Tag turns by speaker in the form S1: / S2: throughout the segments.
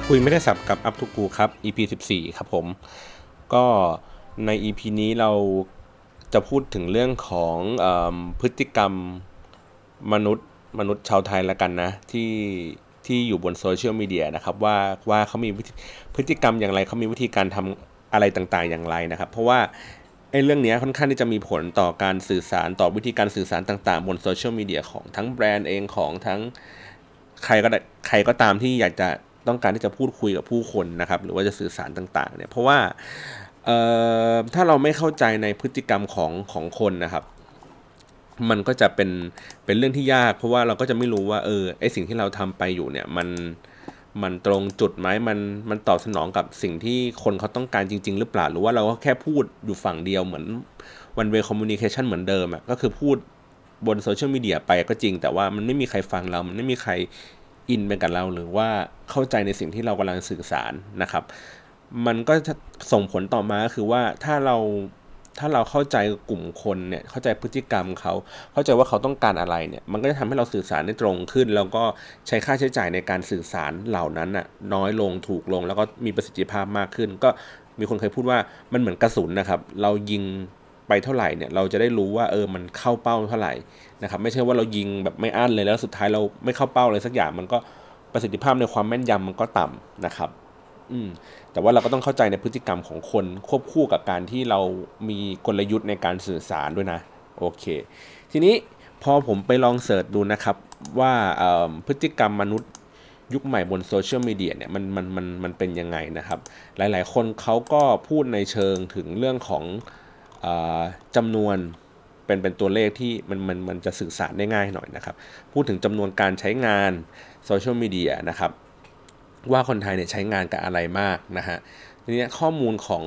S1: คุยไม่ได้สับกับอัพทูกูครับ EP 14ครับผมก็ใน EP นี้เราจะพูดถึงเรื่องของพฤติกรรมมนุษย์ชาวไทยละกันนะที่อยู่บนโซเชียลมีเดียนะครับว่าเขามีพฤติกรรมอย่างไรเขามีวิธีการทำอะไรต่างๆอย่างไรนะครับเพราะว่าไอ้เรื่องนี้ค่อนข้างที่จะมีผลต่อการสื่อสารต่อวิธีการสื่อสารต่างๆบนโซเชียลมีเดียของทั้งแบรนด์เองของทั้งใครก็ได้ใครก็ตามที่อยากจะต้องการที่จะพูดคุยกับผู้คนนะครับหรือว่าจะสื่อสารต่างๆเนี่ยเพราะว่าถ้าเราไม่เข้าใจในพฤติกรรมของคนนะครับมันก็จะเป็นเรื่องที่ยากเพราะว่าเราก็จะไม่รู้ว่าไอสิ่งที่เราทำไปอยู่เนี่ยมันตรงจุดไหมมันตอบสนองกับสิ่งที่คนเขาต้องการจริงๆหรือเปล่าหรือว่าเราก็แค่พูดอยู่ฝั่งเดียวเหมือน one way communication เหมือนเดิมอ่ะก็คือพูดบนโซเชียลมีเดียไปก็จริงแต่ว่ามันไม่มีใครฟังเรามันไม่มีใครอินไปกับเราหรือว่าเข้าใจในสิ่งที่เรากำลังสื่อสารนะครับมันก็จะส่งผลต่อมาก็คือว่าถ้าเราเข้าใจกลุ่มคนเนี่ยเข้าใจพฤติกรรมเขาเข้าใจว่าเขาต้องการอะไรเนี่ยมันก็จะทำให้เราสื่อสารได้ตรงขึ้นแล้วก็ใช้ค่าใช้จ่ายในการสื่อสารเหล่านั้นน่ะน้อยลงถูกลงแล้วก็มีประสิทธิภาพมากขึ้นก็มีคนเคยพูดว่ามันเหมือนกระสุนนะครับเรายิงไปเท่าไหร่เนี่ยเราจะได้รู้ว่ามันเข้าเป้าเท่าไหร่นะครับไม่ใช่ว่าเรายิงแบบไม่อั้นเลยแล้วสุดท้ายเราไม่เข้าเป้าเลยสักอย่างมันก็ประสิทธิภาพในความแม่นยำมันก็ต่ำนะครับแต่ว่าเราก็ต้องเข้าใจในพฤติกรรมของคนควบคู่กับการที่เรามีกลยุทธ์ในการสื่อสารด้วยนะโอเคทีนี้พอผมไปลองเสิร์ชดูนะครับว่าพฤติกรรมมนุษย์ยุคใหม่บนโซเชียลมีเดียเนี่ยมันเป็นยังไงนะครับหลายๆคนเขาก็พูดในเชิงถึงเรื่องของจำนวนเป็นตัวเลขที่มันจะสื่อสารได้ง่ายหน่อยนะครับพูดถึงจำนวนการใช้งานโซเชียลมีเดียนะครับว่าคนไทยเนี่ยใช้งานกับอะไรมากนะฮะทีนี้ข้อมูลของ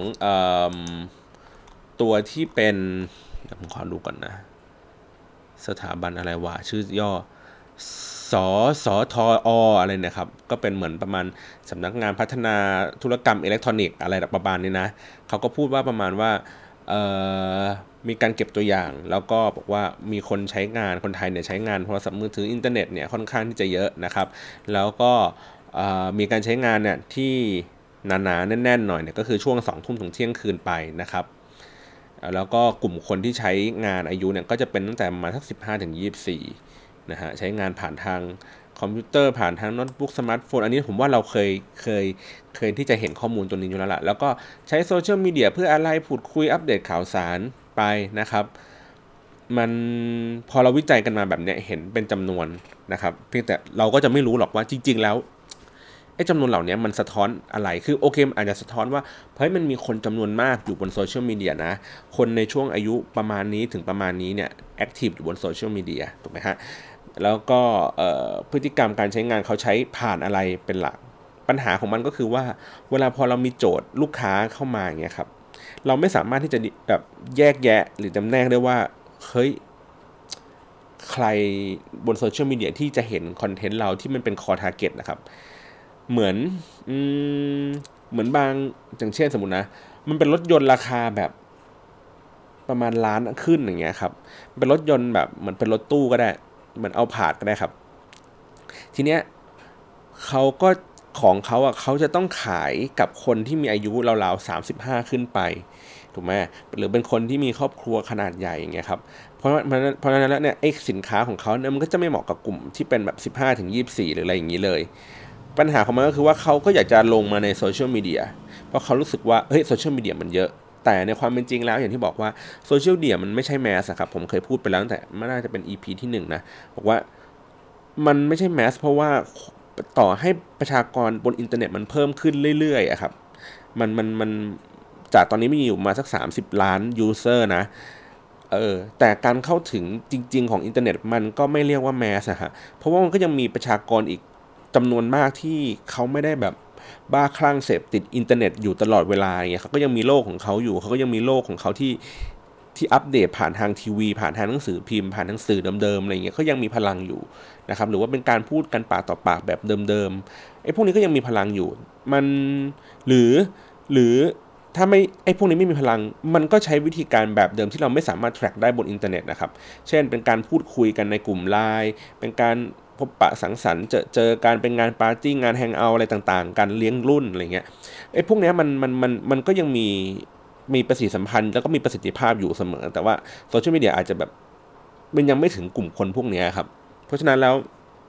S1: ตัวที่เป็นผมขอดูก่อนนะสถาบันอะไรวะชื่อย่อสสทออะไรนะครับก็เป็นเหมือนประมาณสำนักงานพัฒนาธุรกรรมอิเล็กทรอนิกส์อะไรประมาณนี้นะเขาก็พูดว่าประมาณว่ามีการเก็บตัวอย่างแล้วก็บอกว่ามีคนใช้งานคนไทยเนี่ยใช้งานโทรศัพท์มือถืออินเทอร์เน็ตเนี่ยค่อนข้างที่จะเยอะนะครับแล้วก็มีการใช้งานเนี่ยที่หนาๆแน่นๆหน่อยเนี่ยก็คือช่วง20:00 นถึงเที่ยงคืนไปนะครับแล้วก็กลุ่มคนที่ใช้งานอายุเนี่ยก็จะเป็นตั้งแต่ประมาณสัก15-24นะฮะใช้งานผ่านทางคอมพิวเตอร์ผ่านทางโน้ตบุ๊กสมาร์ทโฟนอันนี้ผมว่าเราเคยที่จะเห็นข้อมูลตัวนี้อยู่แล้วล่ะแล้วก็ใช้โซเชียลมีเดียเพื่ออะไรพูดคุยอัปเดตข่าวสารไปนะครับมันพอเราวิจัยกันมาแบบนี้เห็นเป็นจำนวนนะครับเพียงแต่เราก็จะไม่รู้หรอกว่าจริงๆแล้วไอ้จำนวนเหล่านี้มันสะท้อนอะไรคือโอเคอาจจะสะท้อนว่าเฮ้ยมันมีคนจำนวนมากอยู่บนโซเชียลมีเดียนะคนในช่วงอายุประมาณนี้ถึงประมาณนี้เนี่ยแอคทีฟอยู่บนโซเชียลมีเดียถูกไหมฮะแล้วก็พฤติกรรมการใช้งานเขาใช้ผ่านอะไรเป็นหลักปัญหาของมันก็คือว่าเวลาพอเรามีโจทย์ลูกค้าเข้ามาอย่างเงี้ยครับเราไม่สามารถที่จะแบบแยกแยะหรือจำแนกได้ว่าเฮ้ยใครบนโซเชียลมีเดียที่จะเห็นคอนเทนต์เราที่มันเป็นคอทาร์เก็ตนะครับเหมือนเหมือนบางอย่างเช่นสมมุตินะมันเป็นรถยนต์ราคาแบบประมาณล้านขึ้นอย่างเงี้ยครับเป็นรถยนต์แบบเหมือนเป็นรถตู้ก็ได้เหมือนเอาผาดก็ได้ครับทีเนี้ยเขาก็ของเขาอ่ะเขาจะต้องขายกับคนที่มีอายุราวๆ35ขึ้นไปถูกไหมหรือเป็นคนที่มีครอบครัวขนาดใหญ่อย่างเงี้ยครับเพราะฉะนั้นแล้วเนี่ยไอ้สินค้าของเขาเนี่ยมันก็จะไม่เหมาะกับกลุ่มที่เป็นแบบ15-24หรืออะไรอย่างนี้เลยปัญหาของมันก็คือว่าเขาก็อยากจะลงมาในโซเชียลมีเดียเพราะเขารู้สึกว่าเฮ้ยโซเชียลมีเดียมันเยอะแต่ในความเป็นจริงแล้วอย่างที่บอกว่าโซเชียลมีเดียมันไม่ใช่แมสครับผมเคยพูดไปแล้วตั้งแต่ไม่น่าจะเป็น EP ที่1นะบอกว่ามันไม่ใช่แมสเพราะว่าต่อให้ประชากรบนอินเทอร์เน็ตมันเพิ่มขึ้นเรื่อยๆครับมันจากตอนนี้มีอยู่มาสัก30 ล้านยูเซอร์นะแต่การเข้าถึงจริงๆของอินเทอร์เน็ตมันก็ไม่เรียกว่าแมสอะฮะเพราะว่ามันก็ยังมีประชากรอีกจำนวนมากที่เขาไม่ได้แบบบ้าคลั่งเสพติดอินเทอร์เน็ตอยู่ตลอดเวลาอย่างเงี้ยเขาก็ยังมีโลกของเขาอยู่เขาก็ยังมีโลกของเขาที่อัปเดตผ่านทางทีวีผ่านทางหนังสือพิมพ์ผ่านหนังสือเดิมๆอะไรเงี้ยเขายังมีพลังอยู่นะครับหรือว่าเป็นการพูดกันปากต่อปากแบบเดิมๆไอ้พวกนี้ก็ยังมีพลังอยู่มันหรือถ้าไม่ไอ้พวกนี้ไม่มีพลังมันก็ใช้วิธีการแบบเดิมที่เราไม่สามารถ track ได้บนอินเทอร์เน็ตนะครับเช่นเป็นการพูดคุยกันในกลุ่ม LINE เป็นการพบปะสังสรรค์เจอการเป็นงานปาร์ตี้งานแฮงเอาท์อะไรต่างๆการเลี้ยงรุ่นอะไรเงี้ยพวกนี้มันก็ยังมีประสิทธิสัมพันธ์แล้วก็มีประสิทธิภาพอยู่เสมอแต่ว่าโซเชียลมีเดียอาจจะแบบมันยังไม่ถึงกลุ่มคนพวกนี้ครับเพราะฉะนั้นแล้ว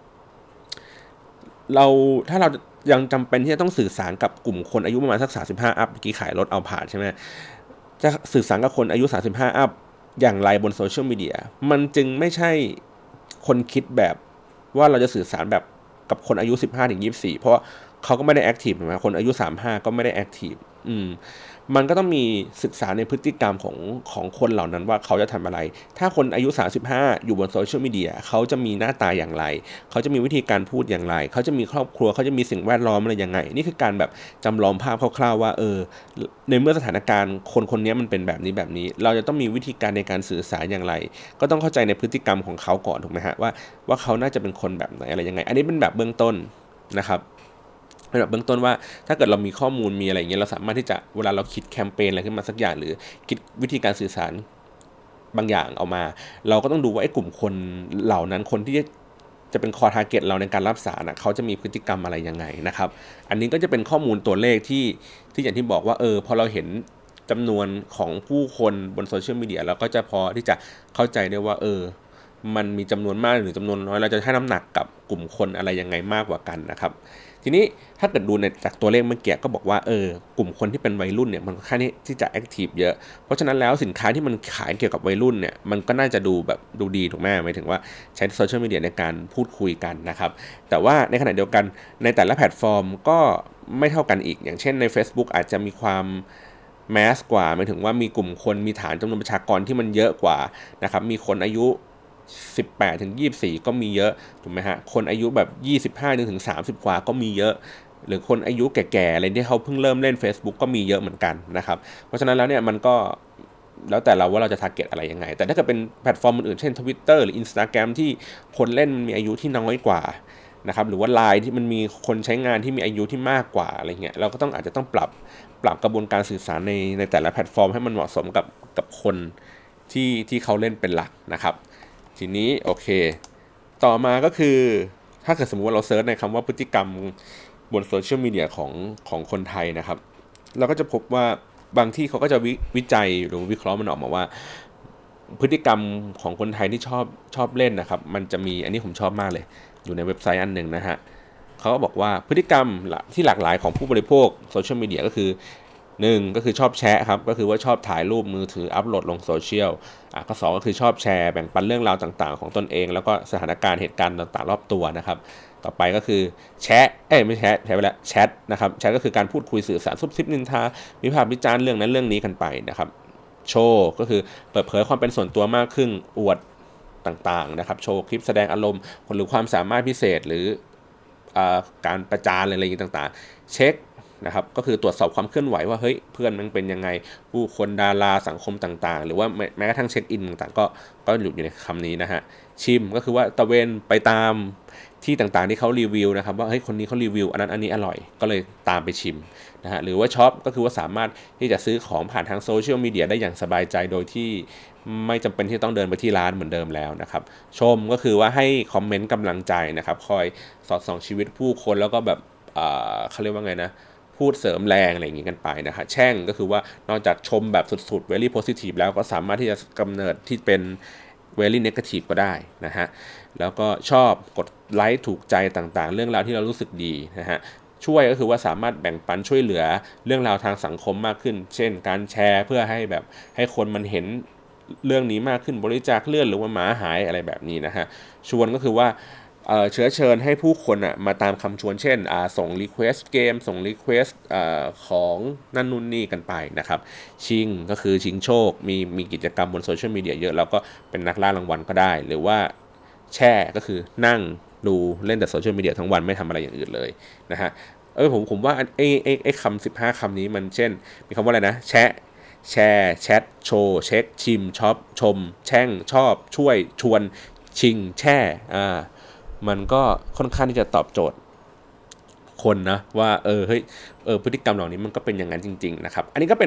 S1: ถ้าเรายังจำเป็นที่จะต้องสื่อสารกับกลุ่มคนอายุประมาณสัก35อัพเมื่อกี้ขายรถเอาผ่านใช่ไหมจะสื่อสารกับคนอายุ35อัพอย่างไรบนโซเชียลมีเดียมันจึงไม่ใช่คนคิดแบบว่าเราจะสื่อสารแบบกับคนอายุ15-24เพราะเขาก็ไม่ได้แอคทีฟนะคนอายุ35ก็ไม่ได้แอคทีฟมันก็ต้องมีศึกษาในพฤติกรรมของคนเหล่านั้นว่าเขาจะทำอะไรถ้าคนอายุ35อยู่บนโซเชียลมีเดียเขาจะมีหน้าตาอย่างไรเขาจะมีวิธีการพูดอย่างไรเขาจะมีครอบครัวเขาจะมีสิ่งแวดล้อมอะไรยังไงนี่คือการแบบจำลองภาพคร่าวๆว่าในเมื่อสถานการณ์คนนี้มันเป็นแบบนี้เราจะต้องมีวิธีการในการสื่อสารอย่างไรก็ต้องเข้าใจในพฤติกรรมของเขาก่อนถูกไหมฮะว่าเขาน่าจะเป็นคนแบบไหนอะไรยังไงอันนี้เป็นแบบเบื้องต้นนะครับแบบเบื้องต้นว่าถ้าเกิดเรามีข้อมูลมีอะไรอย่างเงี้ยเราสามารถที่จะเวลาเราคิดแคมเปญอะไรขึ้นมาสักอย่างหรือคิดวิธีการสื่อสารบางอย่างออกมาเราก็ต้องดูว่าไอ้กลุ่มคนเหล่านั้นคนที่จะเป็นคอทาร์เก็ตเราในการรับสารเขาจะมีพฤติกรรมอะไรยังไงนะครับอันนี้ก็จะเป็นข้อมูลตัวเลขที่อย่างที่บอกว่าพอเราเห็นจำนวนของผู้คนบนโซเชียลมีเดียเราก็จะพอที่จะเข้าใจได้ว่ามันมีจำนวนมากหรือจำนวนน้อยเราจะให้น้ำหนักกับกลุ่มคนอะไรยังไงมากกว่ากันนะครับทีนี้ถ้าเกิดดูในจากตัวเลขเมื่อกี้ก็บอกว่ากลุ่มคนที่เป็นวัยรุ่นเนี่ยมันค่อนข้างที่จะแอคทีฟเยอะเพราะฉะนั้นแล้วสินค้าที่มันขายเกี่ยวกับวัยรุ่นเนี่ยมันก็น่าจะดูดีถูกไหมหมายถึงว่าใช้โซเชียลมีเดียในการพูดคุยกันนะครับแต่ว่าในขณะเดียวกันในแต่ละแพลตฟอร์มก็ไม่เท่ากันอีกอย่างเช่นใน Facebook อาจจะมีความแมสกว่าหมายถึงว่ามีกลุ่มคนมีฐานจำนวนประชากรที่มันเยอะกว่านะครับมีคนอายุ18-24ก็มีเยอะถูกไหมฮะคนอายุแบบ25-30กว่าก็มีเยอะหรือคนอายุแก่ๆอะไรที่เขาเพิ่งเริ่มเล่น Facebook ก็มีเยอะเหมือนกันนะครับเพราะฉะนั้นแล้วเนี่ยมันก็แล้วแต่เราว่าเราจะทาร์เก็ตอะไรยังไงแต่ถ้าเกิดเป็นแพลตฟอร์มอื่นๆเช่น Twitter หรือ Instagram ที่คนเล่นมันมีอายุที่น้อยกว่านะครับหรือว่า LINE ที่มันมีคนใช้งานที่มีอายุที่มากกว่าอะไรเงี้ยเราก็อาจจะต้องปรับกระบวนการสื่อสารในแต่ละแพลตฟอร์มให้มันเหมาะสมกับคนที่เขาเล่นเป็นหลักนะครับทีนี้โอเคต่อมาก็คือถ้าเกิดสมมติว่าเราเซิร์ชในคำว่าพฤติกรรมบนโซเชียลมีเดียของคนไทยนะครับเราก็จะพบว่าบางที่เขาก็จะวิจัยหรือวิเคราะห์มันออกมาว่าพฤติกรรมของคนไทยที่ชอบเล่นนะครับมันจะมีอันนี้ผมชอบมากเลยอยู่ในเว็บไซต์อันหนึ่งนะฮะเขาก็บอกว่าพฤติกรรมที่หลากหลายของผู้บริโภคโซเชียลมีเดียก็คือ1ก็คือชอบแชร์ครับก็คือว่าชอบถ่ายรูปมือถืออัปโหลดลงโซเชียลก็2ก็คือชอบแชร์แบ่งปันเรื่องราวต่างๆของตนเองแล้วก็สถานการณ์เหตุการณ์ต่างๆรอบตัวนะครับต่อไปก็คือแชทไม่แชทไปแล้วแชทนะครับแชทก็คือการพูดคุยสื่อสารซุบซิบนินทาวิพากษ์วิจารณ์เรื่องนั้นเรื่องนี้กันไปนะครับโชว์ก็คือเปิดเผยความเป็นส่วนตัวมากขึ้นอวดต่างๆนะครับโชว์คลิปแสดงอารมณ์หรือความสามารถพิเศษหรือการประจานอะไรอย่างต่างๆเช็คนะครับก็คือตรวจสอบความเคลื่อนไหวว่าเฮ้ยเพื่อนมันเป็นยังไงผู้คนดาราสังคมต่างๆหรือว่าแม้กระทั่งเช็คอินต่างๆก็อยู่ในคำนี้นะฮะชิมก็คือว่าตะเวนไปตามที่ต่างๆที่เขารีวิวนะครับว่าเฮ้ยคนนี้เขารีวิวอันนี้อร่อยก็เลยตามไปชิมนะฮะหรือว่าช็อปก็คือว่าสามารถที่จะซื้อของผ่านทางโซเชียลมีเดียได้อย่างสบายใจโดยที่ไม่จำเป็นที่ต้องเดินไปที่ร้านเหมือนเดิมแล้วนะครับชมก็คือว่าให้คอมเมนต์กำลังใจนะครับคอยสอดส่องชีวิตผู้คนแล้วก็แบบเขาเรียกว่าไงนะพูดเสริมแรงอะไรอย่างงี้กันไปนะฮะแช่งก็คือว่านอกจากชมแบบสุดๆ very positive แล้วก็สามารถที่จะกำเนิดที่เป็น very negative ก็ได้นะฮะแล้วก็ชอบกดไลค์ถูกใจต่างๆเรื่องราวที่เรารู้สึกดีนะฮะช่วยก็คือว่าสามารถแบ่งปันช่วยเหลือเรื่องราวทางสังคมมากขึ้นเช่นการแชร์เพื่อให้คนมันเห็นเรื่องนี้มากขึ้นบริจาคเลือดหรือว่าหมาหายอะไรแบบนี้นะฮะชวนก็คือว่าเชื้อเชิญให้ผู้คนมาตามคำชวนเช่นส่งรีเควสเกมส่งรีเควสของนั่นนู่นนี่กันไปนะครับชิงก็คือชิงโชคมีกิจกรรมบนโซเชียลมีเดียเยอะแล้วก็เป็นนักล่ารางวัลก็ได้หรือว่าแช่ก็คือนั่งดูเล่นแต่โซเชียลมีเดียทั้งวันไม่ทำอะไรอย่างอื่นเลยนะฮะผมว่าไอ้คำ15คำนี้มันเช่นมีคำว่าอะไรนะแชร์แชทโชว์เช็คชิมช็อปชมแช่งชอบช่วยชวนชิงแช่มันก็ค่อนข้างที่จะตอบโจทย์คนนะว่าเฮ้ยพฤติกรรมเหล่านี้มันก็เป็นอย่างนั้นจริงๆนะครับอันนี้ก็เป็น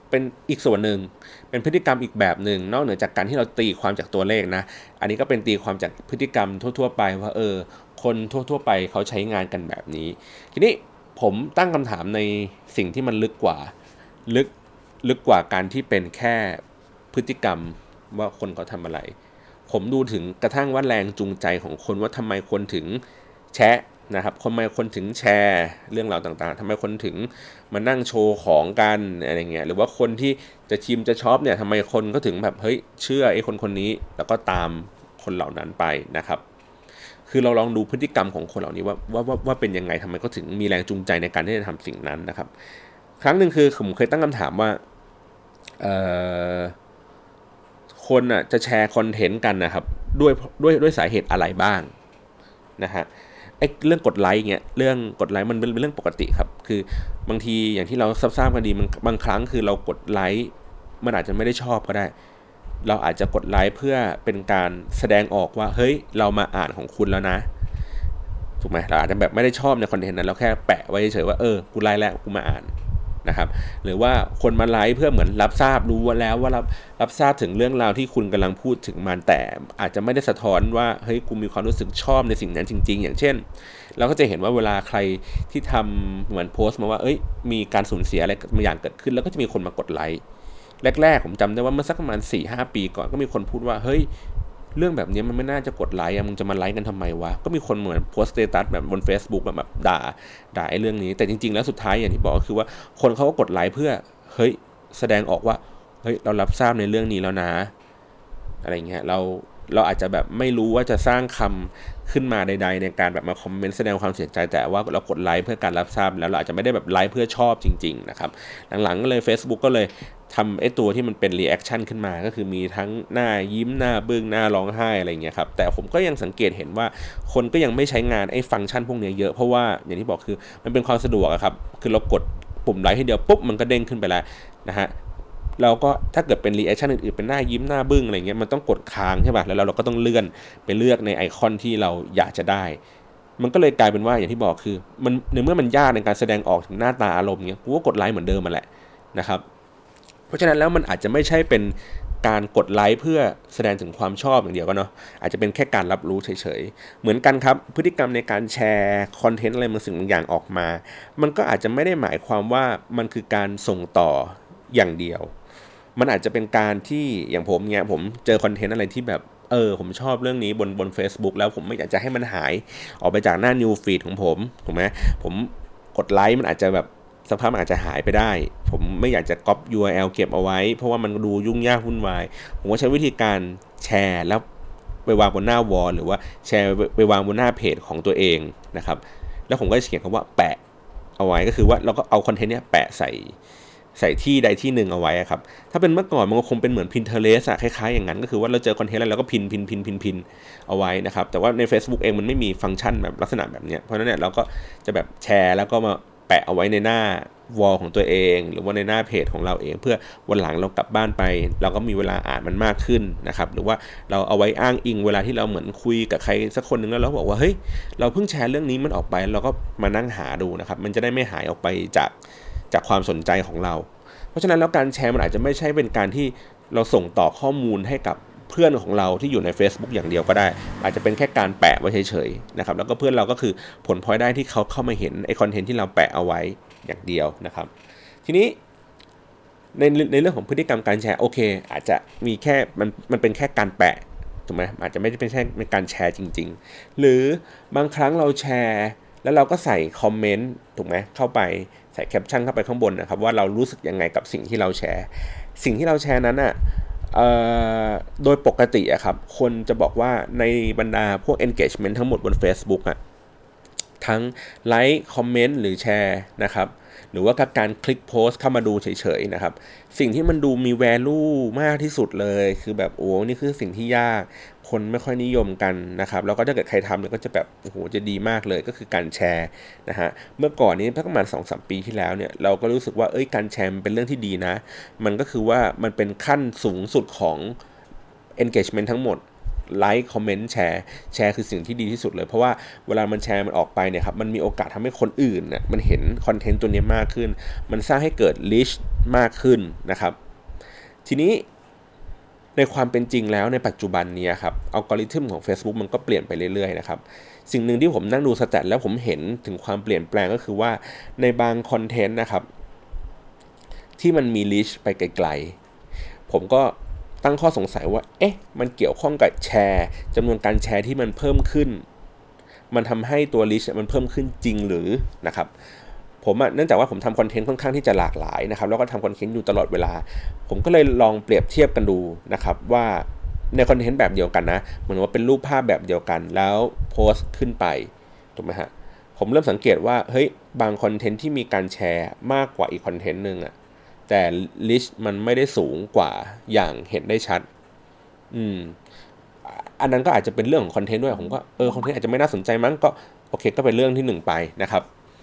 S1: เป็นอีกส่วนหนึ่งเป็นพฤติกรรมอีกแบบหนึ่งนอกเหนือจากการที่เราตีความจากตัวเลขนะอันนี้ก็เป็นตีความจากพฤติกรรมทั่วๆไปว่าคนทั่วๆไปเขาใช้งานกันแบบนี้ทีนี้ผมตั้งคำถามในสิ่งที่มันลึกกว่าลึกกว่าการที่เป็นแค่พฤติกรรมว่าคนเขาทำอะไรผมดูถึงกระทั่งว่าแรงจูงใจของคนว่าทำไมคนถึงแชะนะครับทำไมคนถึงแชร์เรื่องราวต่างๆทำไมคนถึงมานั่งโชว์ของกันอะไรเงี้ยหรือว่าคนที่จะชิมจะช็อปเนี่ยทำไมคนก็ถึงแบบเฮ้ยเชื่อไอ้คนนี้แล้วก็ตามคนเหล่านั้นไปนะครับคือเราลองดูพฤติกรรมของคนเหล่านี้ว่าเป็นยังไงทำไมก็ถึงมีแรงจูงใจในการที่จะทำสิ่งนั้นนะครับครั้งหนึ่งคือผมเคยตั้งคำถามว่าคนอ่ะจะแชร์คอนเทนต์กันนะครับด้วยสาเหตุอะไรบ้างนะฮะไอ้เรื่องกดไลค์เงี้ยเรื่องกดไลค์มันเป็นเรื่องปกติครับคือบางทีอย่างที่เราทราบกันดีมันบางครั้งคือเรากดไลค์มันอาจจะไม่ได้ชอบก็ได้เราอาจจะกดไลค์เพื่อเป็นการแสดงออกว่าเฮ้ยเรามาอ่านของคุณแล้วนะถูกไหมเราอาจจะแบบไม่ได้ชอบในคอนเทนต์นั้นเราแค่แปะไว้เฉยว่ากูไลค์แล้วกูมาอ่านนะครับหรือว่าคนมาไลค์เพื่อเหมือนรับทราบรู้แล้วว่ารับทราบถึงเรื่องราวที่คุณกำลังพูดถึงมันแต่อาจจะไม่ได้สะท้อนว่าเฮ้ยกูมีความรู้สึกชอบในสิ่งนั้นจริงๆอย่างเช่นเราก็จะเห็นว่าเวลาใครที่ทำเหมือนโพสต์มาว่ามีการสูญเสียอะไรบางอย่างเกิดขึ้นแล้วก็จะมีคนมากดไลค์แรกๆผมจำได้ว่าเมื่อสักประมาณ 4-5 ปีก่อนก็มีคนพูดว่าเฮ้ยเรื่องแบบนี้มันไม่น่าจะกดไลค์มึงจะมาไลค์กันทำไมวะก็มีคนเหมือนโพสต์สเตตัสแบบบน Facebook แบบด่าไอ้เรื่องนี้แต่จริงๆแล้วสุดท้ายอย่างที่บอกก็คือว่าคนเขาก็กดไลค์เพื่อเฮ้ยแสดงออกว่าเฮ้ยเรารับทราบในเรื่องนี้แล้วนะอะไรเงี้ยเราอาจจะแบบไม่รู้ว่าจะสร้างคำขึ้นมาใดๆในการแบบมาคอมเมนต์แสดงความเสียใจแต่ว่าเรากดไลค์เพื่อการรับทราบแล้วเราอาจจะไม่ได้แบบไลค์เพื่อชอบจริงๆนะครับหลังๆก็เลย Facebook ก็เลยทำไอ้ตัวที่มันเป็นรีแอคชั่นขึ้นมาก็คือมีทั้งหน้ายิ้มหน้าบึ้งหน้าร้องไห้อะไรเงี้ยครับแต่ผมก็ยังสังเกตเห็นว่าคนก็ยังไม่ใช้งานไอ้ฟังก์ชันพวกนี้เยอะเพราะว่าอย่างที่บอกคือมันเป็นความสะดวกครับคือเรากดปุ่มไลค์ให้เดียวปุ๊บมันก็เด้งขึ้นไปแล้วนะฮะเราก็ถ้าเกิดเป็นรีแอคชั่นอื่นๆเป็นหน้ายิ้มหน้าบึ้งอะไรเงี้ยมันต้องกดค้างใช่ป่ะแล้วเราก็ต้องเลื่อนไปเลือกในไอคอนที่เราอยากจะได้มันก็เลยกลายเป็นว่าอย่างที่บอกคือมันในเมื่อมันยากในการแสดงออกถึงหน้าตาอารมณ์เงี้ยกูก็กดไลค์เหมือนเดิมมาแหละนะครับเพราะฉะนั้นแล้วมันอาจจะไม่ใช่เป็นการกดไลค์เพื่อแสดงถึงความชอบอย่างเดียวก็เนาะอาจจะเป็นแค่การรับรู้เฉยๆเหมือนกันครับพฤติกรรมในการแชร์คอนเทนต์อะไรบางสิ่งบางอย่างออกมามันก็อาจจะไม่ได้หมายความว่ามันคือการส่งต่ออย่างเดียวมันอาจจะเป็นการที่อย่างผมเนี่ยผมเจอคอนเทนต์อะไรที่แบบผมชอบเรื่องนี้บน Facebook แล้วผมไม่อยากจะให้มันหายออกไปจากหน้า New Feed ของผมถูกไหมผมกดไลค์มันอาจจะแบบสักพักมันอาจจะหายไปได้ผมไม่อยากจะก๊อป URL เก็บเอาไว้เพราะว่ามันดูยุ่งยากวุ่นวายผมก็ใช้วิธีการแชร์แล้วไปวางบนหน้าวอลหรือว่าแชร์ไปวางบนหน้าเพจของตัวเองนะครับแล้วผมก็เขียนคำว่าแปะเอาไว้ก็คือว่าเราก็เอาคอนเทนต์เนี้ยแปะใส่ที่ใดที่หนึ่งเอาไว้ครับถ้าเป็นเมื่อก่อนมันก็คงเป็นเหมือน Pinterest คล้ายๆอย่างนั้นก็คือว่าเราเจอคอนเทนต์อะไรเราก็พินเอาไว้นะครับแต่ว่าใน Facebook เองมันไม่มีฟังก์ชันแบบลักษณะแบบนี้เพราะฉะนั้นเนี่ยเราก็จะแบบแชร์แล้วก็มาแปะเอาไว้ในหน้าวอลของตัวเองหรือว่าในหน้าเพจของเราเองเพื่อวันหลังเรากลับบ้านไปเราก็มีเวลาอ่านมันมากขึ้นนะครับหรือว่าเราเอาไว้อ้างอิงเวลาที่เราเหมือนคุยกับใครสักคนนึงแล้วเราบอกว่าเฮ้ยเราเพิ่งแชร์เรื่องนี้มันออกไปเราก็มานั่งหาดูนะครับมันจะได้ไม่หายออกไปจากความสนใจของเราเพราะฉะนั้นแล้วการแชร์มันอาจจะไม่ใช่เป็นการที่เราส่งต่อข้อมูลให้กับเพื่อนของเราที่อยู่ใน Facebook อย่างเดียวก็ได้อาจจะเป็นแค่การแปะไว้เฉยๆนะครับแล้วก็เพื่อนเราก็คือผลพลอยได้ที่เขาเข้ามาเห็นไอคอนเทนต์ที่เราแปะเอาไว้อย่างเดียวนะครับทีนี้ในเรื่องของพฤติกรรมการแชร์โอเคอาจจะมีแค่มันเป็นแค่การแปะถูกไหมอาจจะไม่ได้เป็นแค่เป็นการแชร์จริงๆหรือบางครั้งเราแชร์แล้วเราก็ใส่คอมเมนต์ถูกไหมเข้าไปใส่แคปชั่นเข้าไปข้างบนนะครับว่าเรารู้สึกยังไงกับสิ่งที่เราแชร์สิ่งที่เราแชร์นั้นอ่ะโดยปกติอะครับคนจะบอกว่าในบรรดาพวก engagement ทั้งหมดบน Facebook อะทั้งไลค์คอมเมนต์หรือแชร์นะครับหรือว่าการคลิกโพสต์เข้ามาดูเฉยๆนะครับสิ่งที่มันดูมี value มากที่สุดเลยคือแบบนี่คือสิ่งที่ยากคนไม่ค่อยนิยมกันนะครับแล้วก็ถ้าเกิดใครทำเนี่ยก็จะแบบจะดีมากเลยก็คือการแชร์นะฮะเมื่อก่อนนี้ประมาณ 2-3 ปีที่แล้วเนี่ยเราก็รู้สึกว่าการแชร์เป็นเรื่องที่ดีนะมันก็คือว่ามันเป็นขั้นสูงสุดของ engagement ทั้งหมดไลค์คอมเมนต์แชร์คือสิ่งที่ดีที่สุดเลยเพราะว่าเวลามันแชร์มันออกไปเนี่ยครับมันมีโอกาสทำให้คนอื่นเนี่ยมันเห็นคอนเทนต์ตัวนี้มากขึ้นมันสร้างให้เกิด reach มากขึ้นนะครับทีนี้ในความเป็นจริงแล้วในปัจจุบันนี้ครับอัลกอริทึมของ Facebook มันก็เปลี่ยนไปเรื่อยๆนะครับสิ่งหนึ่งที่ผมนั่งดูสแตทแล้วผมเห็นถึงความเปลี่ยนแปลงก็คือว่าในบางคอนเทนต์นะครับที่มันมี reach ไปไกลๆผมก็ตั้งข้อสงสัยว่ามันเกี่ยวข้องกับแชร์จำนวนการแชร์ที่มันเพิ่มขึ้นมันทำให้ตัว reach มันเพิ่มขึ้นจริงหรือนะครับผมเนื่องจากว่าผมทำคอนเทนต์ค่อนข้างที่จะหลากหลายนะครับแล้วก็ทำคอนเทนต์อยู่ตลอดเวลาผมก็เลยลองเปรียบเทียบกันดูนะครับว่าในคอนเทนต์แบบเดียวกันนะเหมือนว่าเป็นรูปภาพแบบเดียวกันแล้วโพสต์ขึ้นไปถูกไหมฮะผมเริ่มสังเกตว่าเฮ้ยบางคอนเทนต์ที่มีการแชร์มากกว่าอีกคอนเทนต์นึงแต่ลิสต์มันไม่ได้สูงกว่าอย่างเห็นได้ชัดอันนั้นก็อาจจะเป็นเรื่องของคอนเทนต์ด้วยผมก็คอนเทนต์อาจจะไม่น่าสนใจมั้งก็โอเคก็เป็นเรื่องที่1ไปนะครับ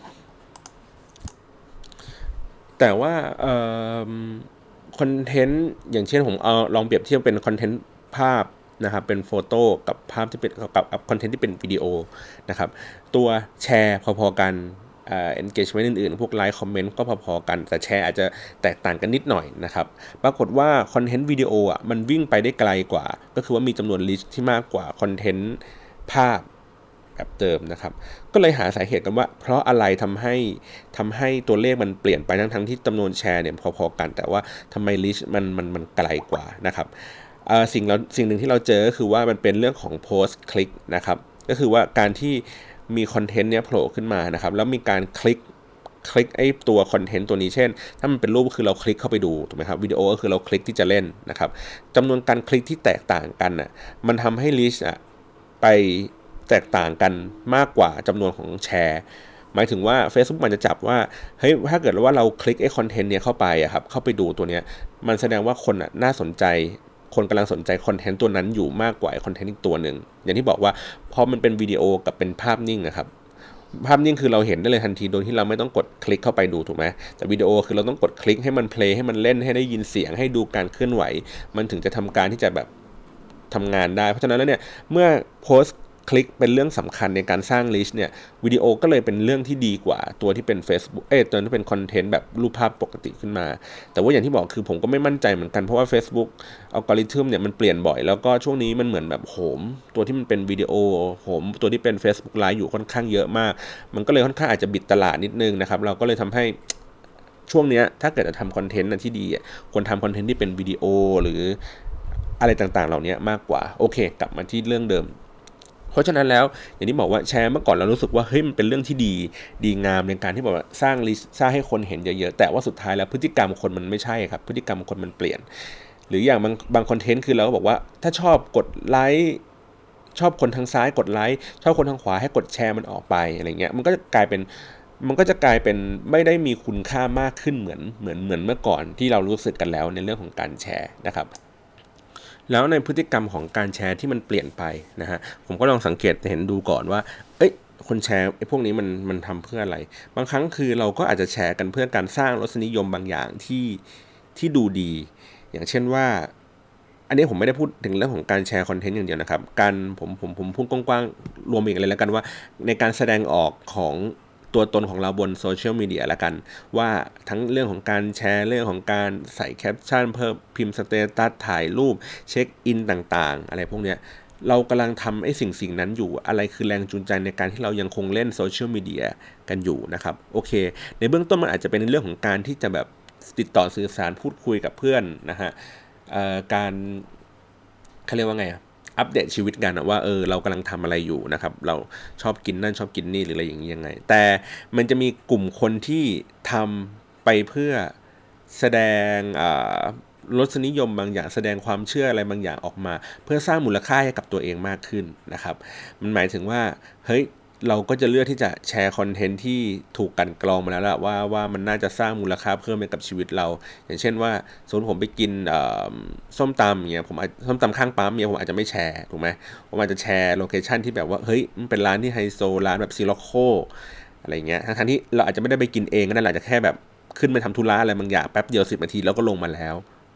S1: แต่ว่าคอนเทนต์อย่างเช่นผมเอาลองเปรียบเทียบเป็นคอนเทนต์ภาพนะครับเป็นโฟโต้กับภาพที่เป็นกับคอนเทนต์ที่เป็นวิดีโอนะครับตัวแชร์พอๆกันengagement อื่นๆพวกไลค์คอมเมนต์ก็พอๆกันแต่แชร์อาจจะแตกต่างกันนิดหน่อยนะครับปรากฏว่าคอนเทนต์วิดีโอมันวิ่งไปได้ไกลกว่าก็คือว่ามีจำนวนลิสต์ที่มากกว่าคอนเทนต์ภาพแบบเดิมนะครับก็เลยหาสาเหตุกันว่าเพราะอะไรทำให้ตัวเลขมันเปลี่ยนไปทั้งที่จำนวนแชร์เนี่ยพอๆกันแต่ว่าทำไมลิสต์มันไกลกว่านะครับสิ่งหนึ่งที่เราเจอก็คือว่ามันเป็นเรื่องของ post click นะครับก็คือว่าการที่มีคอนเทนต์เนี้ยโผล่ขึ้นมานะครับแล้วมีการคลิกไอ้ตัวคอนเทนต์ตัวนี้เช่นถ้ามันเป็นรูปก็คือเราคลิกเข้าไปดูถูกไหมครับวิดีโอก็คือเราคลิกที่จะเล่นนะครับจำนวนการคลิกที่แตกต่างกันมันทำให้ลิสต์ไปแตกต่างกันมากกว่าจำนวนของแชร์หมายถึงว่า Facebook มันจะจับว่าเฮ้ยถ้าเกิดว่าเราคลิกไอ้คอนเทนต์เนี้ยเข้าไปครับเข้าไปดูตัวเนี้ยมันแสดงว่าคนน่าสนใจคนกำลังสนใจคอนเทนต์ตัวนั้นอยู่มากกว่าคอนเทนต์อีกตัวหนึ่งอย่างที่บอกว่าพอมันเป็นวิดีโอกับเป็นภาพนิ่งนะครับภาพนิ่งคือเราเห็นได้เลยทันทีโดยที่เราไม่ต้องกดคลิกเข้าไปดูถูกไหมแต่วิดีโอคือเราต้องกดคลิกให้มันเพลย์ให้มันเล่นให้ได้ยินเสียงให้ดูการเคลื่อนไหวมันถึงจะทำการที่จะแบบทำงานได้เพราะฉะนั้นแล้วเนี่ยเมื่อโพสต์คลิกเป็นเรื่องสำคัญในการสร้างลิสต์เนี่ยวิดีโอก็เลยเป็นเรื่องที่ดีกว่าตัวที่เป็น Facebook ตัวที่เป็นคอนเทนต์แบบรูปภาพปกติขึ้นมาแต่ว่าอย่างที่บอกคือผมก็ไม่มั่นใจเหมือนกันเพราะว่า Facebook อัลกอริทึมเนี่ยมันเปลี่ยนบ่อยแล้วก็ช่วงนี้มันเหมือนแบบโหมตัวที่มันเป็นวิดีโอโหมตัวที่เป็น Facebook Live อยู่ค่อนข้างเยอะมากมันก็เลยค่อนข้างอาจจะบิดตลาดนิดนึงนะครับเราก็เลยทำให้ช่วงนี้ถ้าเกิดจะทำคอนเทนต์ที่ดีควรทำคอนเทนต์ที่เป็นวิดีโอหรืออะไรต่างๆเหล่านี้มากกว่าโอเคกลับมาที่เรื่องเดิมเพราะฉะนั้นแล้วอย่างที่บอกว่าแชร์เมื่อก่อนเรารู้สึกว่าเฮ้ยมันเป็นเรื่องที่ดีงามในการที่บอกว่าสร้างให้คนเห็นเยอะๆแต่ว่าสุดท้ายแล้วพฤติกรรมคนมันไม่ใช่ครับพฤติกรรมคนมันเปลี่ยนหรืออย่างบางคอนเทนต์คือเราก็บอกว่าถ้าชอบกดไลค์ชอบคนทางซ้ายกดไลค์ชอบคนทางขวาให้กดแชร์มันออกไปอะไรเงี้ยมันก็จะกลายเป็นไม่ได้มีคุณค่ามากขึ้นเหมือนเมื่อก่อนที่เรารู้สึกกันแล้วในเรื่องของการแชร์นะครับแล้วในพฤติกรรมของการแชร์ที่มันเปลี่ยนไปนะฮะผมก็ลองสังเกตเห็นดูก่อนว่าคนแชร์พวกนี้มันทำเพื่ออะไรบางครั้งคือเราก็อาจจะแชร์กันเพื่อการสร้างรสนิยมบางอย่างที่ดูดีอย่างเช่นว่าอันนี้ผมไม่ได้พูดถึงเรื่องของการแชร์คอนเทนต์อย่างเดียวนะครับการผมพูดกว้างๆรวมอีกเลยแล้วกันว่าในการแสดงออกของตัวตนของเราบนโซเชียลมีเดียแล้วกันว่าทั้งเรื่องของการแชร์เรื่องของการใส่แคปชั่นเพิ่มพิมพ์สเตตัสถ่ายรูปเช็คอินต่างๆอะไรพวกเนี้ยเรากำลังทำไอ้สิ่งนั้นอยู่อะไรคือแรงจูงใจในการที่เรายังคงเล่นโซเชียลมีเดียกันอยู่นะครับโอเคในเบื้องต้นมันอาจจะเป็นเรื่องของการที่จะแบบติดต่อสื่อสารพูดคุยกับเพื่อนนะฮะการเขาเรียกว่าไงอัปเดตชีวิตกันว่าเรากำลังทำอะไรอยู่นะครับเราชอบกินนั่นชอบกินนี่หรืออะไรอย่างนี้ยังไงแต่มันจะมีกลุ่มคนที่ทำไปเพื่อแสดงรสนิยมบางอย่างแสดงความเชื่ออะไรบางอย่างออกมาเพื่อสร้างมูลค่าให้กับตัวเองมากขึ้นนะครับมันหมายถึงว่าเฮ้ยเราก็จะเลือกที่จะแชร์คอนเทนต์ที่ถูกกันกรองมาแล้วล่ะว่ามันน่าจะสร้างมูลค่าเพิ่มให้กับชีวิตเราอย่างเช่นว่าสมมติผมไปกินส้มตำเนี่ยส้มตำข้างปั๊มเนี่ยผมอาจจะไม่แชร์ถูกไหมผมอาจจะแชร์โลเคชั่นที่แบบว่าเฮ้ยมันเป็นร้านที่ไฮโซร้านแบบซีล็อกโคอะไรเงี้ยทั้งที่เราอาจจะไม่ได้ไปกินเองก็ได้อาจจะแค่แบบขึ้นไปทำธุระอะไรบางอย่างแป๊บเดียว10 นาทีแล้วก็ลงมาแล้ว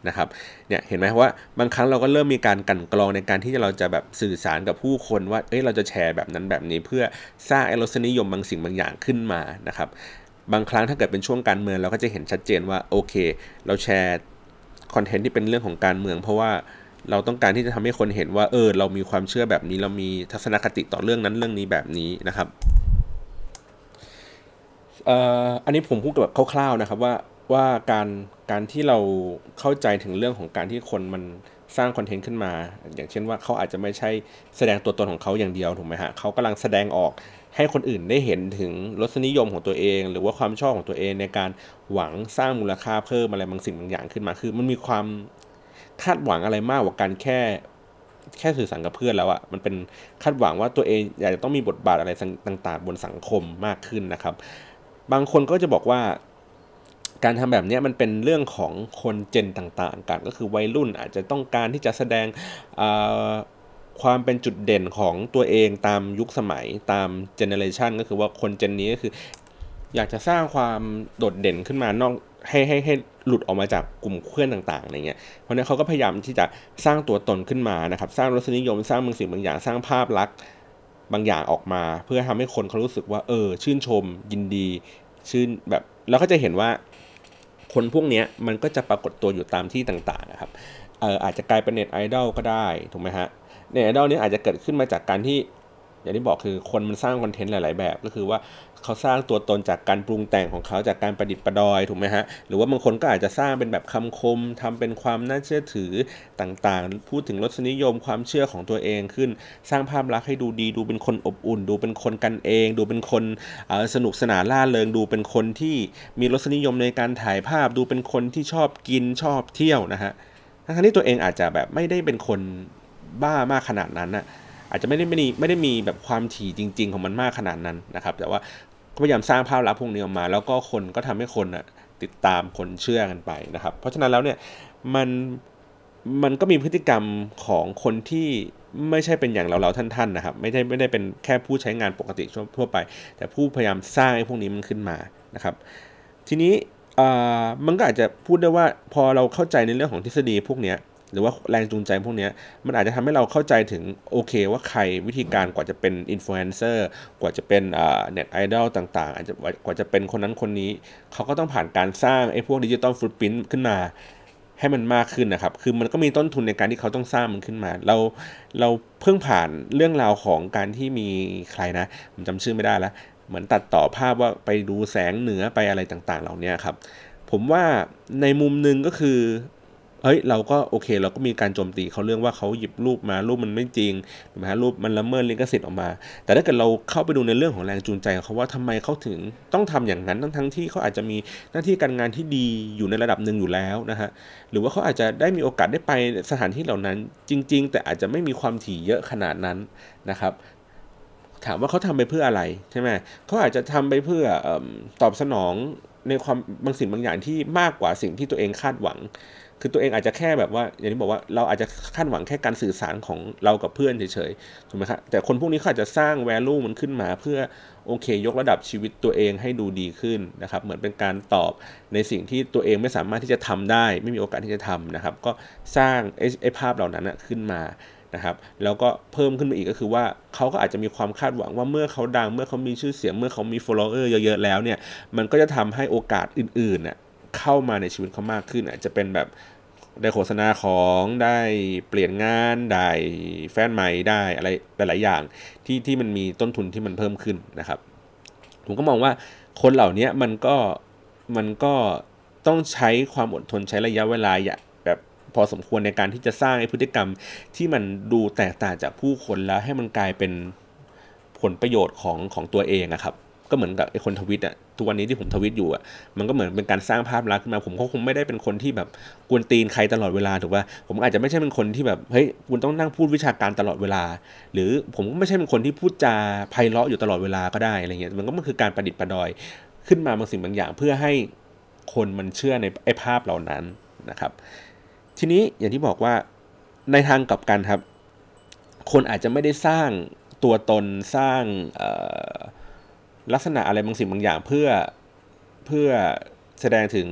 S1: นะครับเนี่ยเห็นไหมว่าบางครั้งเราก็เริ่มมีการกลั่นกรองในการที่เราจะแบบสื่อสารกับผู้คนว่าเราจะแชร์แบบนั้นแบบนี้เพื่อสร้างรสนิยมบางสิ่งบางอย่างขึ้นมานะครับบางครั้งถ้าเกิดเป็นช่วงการเมืองเราก็จะเห็นชัดเจนว่าโอเคเราแชร์คอนเทนต์ที่เป็นเรื่องของการเมืองเพราะว่าเราต้องการที่จะทำให้คนเห็นว่าเรามีความเชื่อแบบนี้เรามีทัศนคติต่อเรื่องนั้นเรื่องนี้แบบนี้นะครับอันนี้ผมพูดแบบคร่าวๆนะครับว่าการที่เราเข้าใจถึงเรื่องของการที่คนมันสร้างคอนเทนต์ขึ้นมาอย่างเช่นว่าเขาอาจจะไม่ใช่แสดงตัวตนของเขาอย่างเดียวถูกไหมฮะเขากำลังแสดงออกให้คนอื่นได้เห็นถึงรสนิยมของตัวเองหรือว่าความชอบของตัวเองในการหวังสร้างมูลค่าเพิ่มอะไรบางสิ่งบางอย่างขึ้นมาคือมันมีความคาดหวังอะไรมากกว่าการแค่สื่อสารกับเพื่อนแล้วอะมันเป็นคาดหวังว่าตัวเองอยากจะต้องมีบทบาทอะไรต่างๆบนสังคมมากขึ้นนะครับบางคนก็จะบอกว่าการทำแบบนี้มันเป็นเรื่องของคนเจนต่างๆกันก็คือวัยรุ่นอาจจะต้องการที่จะแสดงความเป็นจุดเด่นของตัวเองตามยุคสมัยตามเจเนอเรชันก็คือว่าคนเจนนี้ก็คืออยากจะสร้างความโดดเด่นขึ้นมานอกให้หลุดออกมาจากกลุ่มเพื่อนต่างๆอะไรเงี้ยเพราะนั้นเขาก็พยายามที่จะสร้างตัวตนขึ้นมานะครับสร้างรสนิยมสร้างบางสิ่งบางอย่างสร้างภาพลักษณ์บางอย่างออกมาเพื่อทำให้คนเขารู้สึกว่าชื่นชมยินดีชื่นแบบแล้วก็จะเห็นว่าคนพวกนี้มันก็จะปรากฏตัวอยู่ตามที่ต่างๆนะครับอาจจะกลายเป็นเน็ตไอดอลก็ได้ถูกไหมฮะเน็ตไอดอลนี้อาจจะเกิดขึ้นมาจากการที่อย่างที่บอกคือคนมันสร้างคอนเทนต์หลายๆแบบก็คือว่าเขาสร้างตัวตนจากการปรุงแต่งของเขาจากการประดิษฐ์ประดอยถูกไหมฮะหรือว่าบางคนก็อาจจะสร้างเป็นแบบคำคมทำเป็นความน่าเชื่อถือต่างๆพูดถึงรสนิยมความเชื่อของตัวเองขึ้นสร้างภาพลักษณ์ให้ดูดีดูเป็นคนอบอุ่นดูเป็นคนกันเองดูเป็นคนสนุกสนานล่าเริงดูเป็นคนที่มีรสนิยมในการถ่ายภาพดูเป็นคนที่ชอบกินชอบเที่ยวนะฮะทั้งที่ตัวเองอาจจะแบบไม่ได้เป็นคนบ้ามากขนาดนั้นน่ะอาจจะไม่ได้มีแบบความถี่จริงๆของมันมากขนาดนั้นนะครับแต่ว่าพยายามสร้างภาพลักษณ์พวกนี้ออกมาแล้วก็คนก็ทำให้คนติดตามคนเชื่อกันไปนะครับเพราะฉะนั้นแล้วเนี่ยมันมันก็มีพฤติกรรมของคนที่ไม่ใช่เป็นอย่างเราท่านๆนะครับไม่ได้เป็นแค่ผู้ใช้งานปกติทั่วไปแต่ผู้พยายามสร้างไอ้พวกนี้มันขึ้นมานะครับทีนี้มันก็อาจจะพูดได้ว่าพอเราเข้าใจในเรื่องของทฤษฎีพวกนี้หรือว่าแรงจูงใจพวกนี้มันอาจจะทำให้เราเข้าใจถึงโอเคว่าใครวิธีการกว่าจะเป็นอินฟลูเอนเซอร์กว่าจะเป็นเน็ตไอดอลต่างๆอาจจะกว่าจะเป็นคนนั้นคนนี้เขาก็ต้องผ่านการสร้างไอ้พวกดิจิตอลฟุตพริ้นท์ขึ้นมาให้มันมากขึ้นนะครับคือมันก็มีต้นทุนในการที่เขาต้องสร้างมันขึ้นมาเราเพิ่งผ่านเรื่องราวของการที่มีใครนะผมจำชื่อไม่ได้แล้วเหมือนตัดต่อภาพว่าไปดูแสงเหนือไปอะไรต่างๆเหล่านี้ครับผมว่าในมุมนึงก็คือเราก็โอเคเราก็มีการโจมตีเขาเรื่องว่าเขาหยิบรูปมารูปมันไม่จริงถูกไหมฮะรูปมันละเมิดลิขสิทธิ์ออกมาแต่ถ้าเกิดเราเข้าไปดูในเรื่องของแรงจูงใจของเขาว่าทำไมเขาถึงต้องทำอย่างนั้นทั้งที่เขาอาจจะมีหน้าที่การงานที่ดีอยู่ในระดับหนึ่งอยู่แล้วนะฮะหรือว่าเขาอาจจะได้มีโอกาสได้ไปสถานที่เหล่านั้นจริงๆแต่อาจจะไม่มีความถี่เยอะขนาดนั้นนะครับถามว่าเขาทำไปเพื่ออะไรใช่ไหมเขาอาจจะทำไปเพื่อตอบสนองในความบางสิ่งบางอย่างที่มากกว่าสิ่งที่ตัวเองคาดหวังคือตัวเองอาจจะแค่แบบว่าอย่างที่บอกว่าเราอาจจะคาดหวังแค่การสื่อสารของเรากับเพื่อนเฉยๆถูกไหมครับแต่คนพวกนี้เขาอาจจะสร้าง value มันขึ้นมาเพื่อโอเคยกระดับชีวิตตัวเองให้ดูดีขึ้นนะครับเหมือนเป็นการตอบในสิ่งที่ตัวเองไม่สามารถที่จะทำได้ไม่มีโอกาสที่จะทำนะครับก็สร้างไอ้ภาพเหล่านั้นขึ้นมานะครับแล้วก็เพิ่มขึ้นมาอีกก็คือว่าเขาก็อาจจะมีความคาดหวังว่าเมื่อเขาดังเมื่อเขามีชื่อเสียงเมื่อเขามี follower เยอะๆแล้วเนี่ยมันก็จะทำให้โอกาสอื่นๆเข้ามาในชีวิตเขามากขึ้นอาจจะเป็นแบบได้โฆษณาของได้เปลี่ยนงานได้แฟนใหม่ได้อะไรหลายๆอย่างที่มันมีต้นทุนที่มันเพิ่มขึ้นนะครับผมก็มองว่าคนเหล่านี้มันก็ต้องใช้ความอดทนใช้ระยะเวลาอย่างแบบพอสมควรในการที่จะสร้างไอ้พฤติกรรมที่มันดูแตกต่างจากผู้คนแล้วให้มันกลายเป็นผลประโยชน์ของตัวเองนะครับก็เหมือนกับไอ้คนทวิตทุกวันนี้ที่ผมทวิตอยู่มันก็เหมือนเป็นการสร้างภาพลักษณ์ขึ้นมาผมก็คงไม่ได้เป็นคนที่แบบกวนตีนใครตลอดเวลาถูกป่ะผมอาจจะไม่ใช่เป็นคนที่แบบเฮ้ยคุณต้องนั่งพูดวิชาการตลอดเวลาหรือผมก็ไม่ใช่เป็นคนที่พูดจาไพเราะอยู่ตลอดเวลาก็ได้อะไรเงี้ยมันคือการประดิษฐ์ประดอยขึ้นมาบางสิ่งบางอย่างเพื่อให้คนมันเชื่อในไอ้ภาพเหล่านั้นนะครับทีนี้อย่างที่บอกว่าในทางกลับกันครับคนอาจจะไม่ได้สร้างตัวตนสร้างลักษณะอะไรบางสิ่งบางอย่างเพื่อแสดงถึง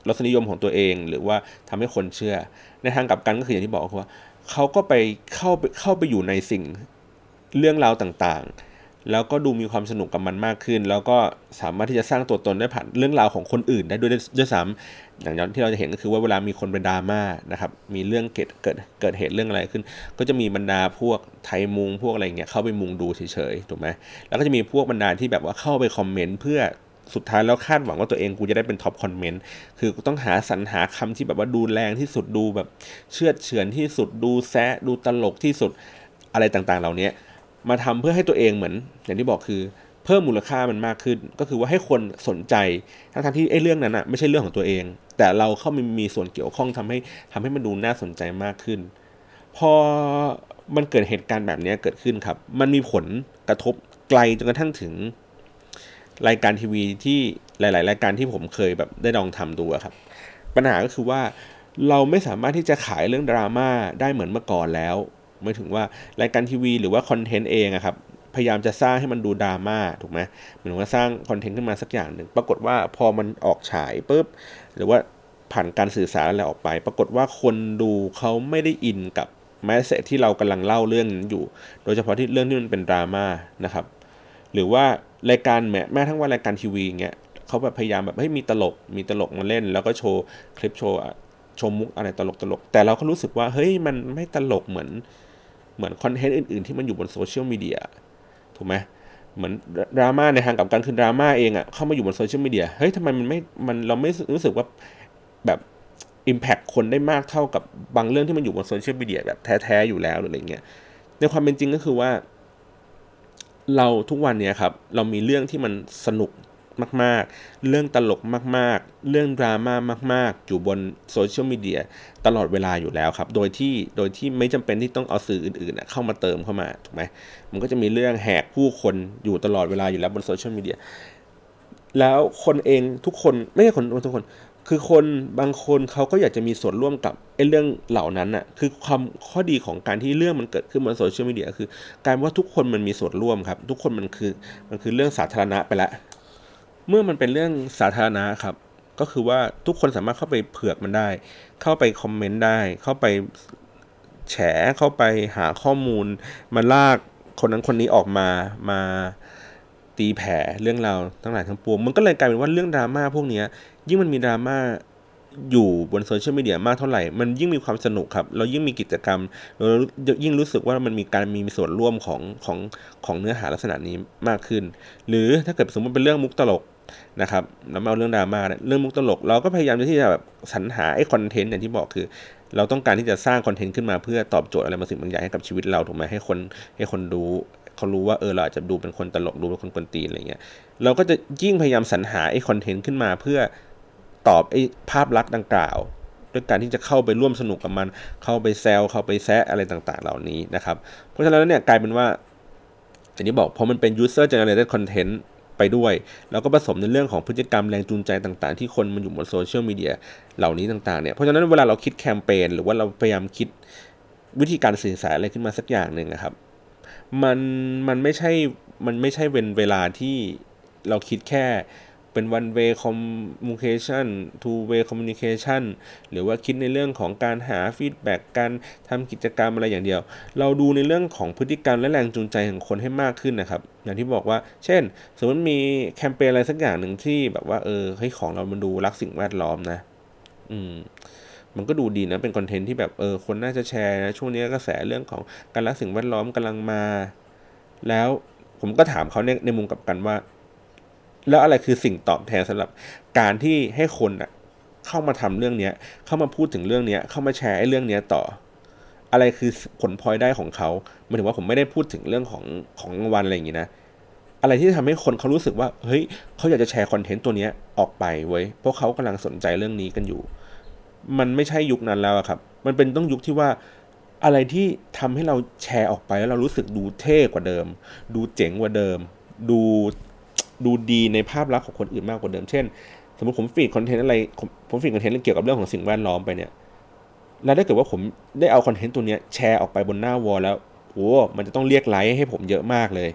S1: รสนิยมของตัวเองหรือว่าทำให้คนเชื่อในทางกลับกันก็คืออย่างที่บอกว่าเขาก็ไปเข้าไปอยู่ในสิ่งเรื่องราวต่างๆแล้วก็ดูมีความสนุกกับมันมากขึ้นแล้วก็สามารถที่จะสร้างตัวตนได้ผ่านเรื่องราวของคนอื่นได้ด้วยซ้ำอย่างที่เราจะเห็นก็คือว่าเวลามีคนเป็นดราม่านะครับมีเรื่องเกิดเหตุเรื่องอะไรขึ้นก็จะมีบรรดาพวกไทยมุงพวกอะไรเงี้ยเข้าไปมุงดูเฉยๆถูกไหมแล้วก็จะมีพวกบรรดาที่แบบว่าเข้าไปคอมเมนต์เพื่อสุดท้ายแล้วคาดหวังว่าตัวเองกูจะได้เป็นท็อปคอมเมนต์คือกูต้องสรรหาคำที่แบบว่าดูแรงที่สุดดูแบบเชือดเฉือนที่สุดดูแซะดูตลกที่สุดอะไรต่างๆเหล่านี้มาทำเพื่อให้ตัวเองเหมือนอย่างที่บอกคือเพิ่มมูลค่ามันมากขึ้นก็คือว่าให้คนสนใจทั้งที่ไอ้เรื่องนั้นอ่ะไม่ใช่เรื่องของตัวเองแต่เราเข้ามีส่วนเกี่ยวข้องทำให้มันดูน่าสนใจมากขึ้นพอมันเกิดเหตุการณ์แบบนี้เกิดขึ้นครับมันมีผลกระทบไกลจนกระทั่งถึงรายการทีวีที่หลายๆรายการที่ผมเคยแบบได้ลองทำดูครับปัญหาก็คือว่าเราไม่สามารถที่จะขายเรื่องดราม่าได้เหมือนเมื่อก่อนแล้วหมายถึงว่ารายการทีวีหรือว่าคอนเทนต์เองครับพยายามจะสร้างให้มันดูดราม่าถูกไหมเหมือนว่าสร้างคอนเทนต์ขึ้นมาสักอย่างหนึ่งปรากฏว่าพอมันออกฉายปุ๊บหรือว่าผ่านการสื่อสารอะไรออกไปปรากฏว่าคนดูเขาไม่ได้อินกับแมสเสจที่เรากำลังเล่าเรื่องนั้นอยู่โดยเฉพาะที่เรื่องที่มันเป็นดราม่านะครับหรือว่ารายการแม้ทั้งว่ารายการทีวีอย่างเงี้ยเขาแบบพยายามแบบให้มีตลกมาเล่นแล้วก็โชว์คลิปโชว์มุกอะไรตลกแต่เราก็รู้สึกว่าเฮ้ยมันไม่ตลกเหมือนคอนเทนต์อื่นๆที่มันอยู่บนโซเชียลมีเดียถูกไหมเหมือนดราม่าในทางกลับกันคือดราม่าเองเข้ามาอยู่บนโซเชียลมีเดียเฮ้ยทำไมเราไม่รู้สึกว่าแบบimpact คนได้มากเท่ากับบางเรื่องที่มันอยู่บนโซเชียลมีเดียแบบแท้ๆอยู่แล้วหรืออะไรเงี้ยในความเป็นจริงก็คือว่าเราทุกวันเนี้ยครับเรามีเรื่องที่มันสนุกมากๆเรื่องตลกมากๆเรื่องดราม่ามากๆอยู่บนโซเชียลมีเดียตลอดเวลาอยู่แล้วครับโดยที่ไม่จำเป็นที่ต้องเอาสื่ออื่นๆเข้ามาเติมเข้ามาถูกไหมมันก็จะมีเรื่องแหกผู้คนอยู่ตลอดเวลาอยู่แล้วบนโซเชียลมีเดียแล้วคนเองทุกคนไม่ใช่คนทุกคนคือคนบางคนเขาก็อยากจะมีส่วนร่วมกับไอ้เรื่องเหล่านั้นน่ะคือความข้อดีของการที่เรื่องมันเกิดขึ้นบนโซเชียลมีเดียคือการว่าทุกคนมันมีส่วนร่วมครับทุกคนมันคือเรื่องสาธารณะไปแล้วเมื่อมันเป็นเรื่องสาธารณะครับก็คือว่าทุกคนสามารถเข้าไปเผือกมันได้เข้าไปคอมเมนต์ได้เข้าไปแฉเข้าไปหาข้อมูลมาลากคนนั้นคนนี้ออกมาตีแผ่เรื่องราวทั้งหลายทั้งปวงมันก็เลยกลายเป็นว่าเรื่องดราม่าพวกนี้ยิ่งมันมีดราม่าอยู่บนโซเชียลมีเดียมากเท่าไหร่มันยิ่งมีความสนุกครับเรายิ่งมีกิจกรรมเรายิ่งรู้สึกว่ามันมีส่วนร่วมของเนื้อหาลักษณะนี้มากขึ้นหรือถ้าเกิดสมมติเป็นเรื่องมุกตลกนะครับแล้วเอาเรื่องดราม่าเรื่องมุกตลกเราก็พยายามที่จะแบบสรรหาไอ้คอนเทนต์อย่างที่บอกคือเราต้องการที่จะสร้างคอนเทนต์ขึ้นมาเพื่อตอบโจทย์อะไรบางสิ่งบางอย่างให้กับชีวิตเราถูกไหมให้คนดูเขารู้ว่าเราอาจจะดูเป็นคนตลกดูเป็นคนกวนตีนอะไรเงี้ยเราก็จะยิ่งพยายามสรรหาไอ้คอนเทนต์ขึ้นมาเพื่อตอบไอ้ภาพลักษณ์ดังกล่าวด้วยการที่จะเข้าไปร่วมสนุกกับมันเข้าไปแซวเข้าไปแซะอะไรต่างๆเหล่านี้นะครับเพราะฉะนั้นเนี่ยกลายเป็นว่าอย่างที่บอกพอมันเป็น user generated content ไปด้วยแล้วก็ผสมในเรื่องของพฤติกรรมแรงจูงใจต่างๆที่คนมันอยู่บนโซเชียลมีเดียเหล่านี้ต่างๆเนี่ยเพราะฉะนั้นเวลาเราคิดแคมเปญหรือว่าเราพยายามคิดวิธีการสื่อสารอะไรขึ้นมาสักอย่างหนึ่งนะครับมันไม่ใช่เวลาที่เราคิดแค่เป็น one way communication two way communication หรือว่าคิดในเรื่องของการหา feedback การทำกิจกรรมอะไรอย่างเดียวเราดูในเรื่องของพฤติกรรมและแรงจูงใจของคนให้มากขึ้นนะครับอย่างที่บอกว่าเช่นสมมติมีแคมเปญอะไรสักอย่างหนึ่งที่แบบว่าให้ของเรามันดูรักสิ่งแวดล้อมนะมันก็ดูดีนะเป็นคอนเทนต์ที่แบบคนน่าจะแชร์นะช่วงนี้กระแสเรื่องของการรักสิ่งแวดล้อมกำลังมาแล้วผมก็ถามเขาในมุมกลับกันว่าแล้วอะไรคือสิ่งตอบแทนสำหรับการที่ให้คนเข้ามาทำเรื่องนี้เข้ามาพูดถึงเรื่องนี้เข้ามาแชร์ไอ้เรื่องนี้ต่ออะไรคือผลพลอยได้ของเขาหมายถึงว่าผมไม่ได้พูดถึงเรื่องของรางวัลอะไรอย่างนี้นะอะไรที่ทำให้คนเขารู้สึกว่าเฮ้ยเขาอยากจะแชร์คอนเทนต์ตัวนี้ออกไปเว้ยเพราะเขากำลังสนใจเรื่องนี้กันอยู่มันไม่ใช่ยุคนั้นแล้วครับมันเป็นต้องยุคที่ว่าอะไรที่ทำให้เราแชร์ออกไปแล้วเรารู้สึกดูเท่กว่าเดิมดูเจ๋งกว่าเดิมดูดีในภาพลักษณ์ของคนอื่นมากกว่าเดิมเช่นสมมติผมฟีดคอนเทนต์อะไรผมฟีดคอนเทนต์เกี่ยวกับเรื่องของสิ่งแวดล้อมไปเนี่ยแล้วถ้าเกิดว่าผมได้เอาคอนเทนต์ตัวนี้แชร์ออกไปบนหน้าวอลแล้วโอ้มันจะต้องเรียกไลค์ให้ผมเยอะมากเลย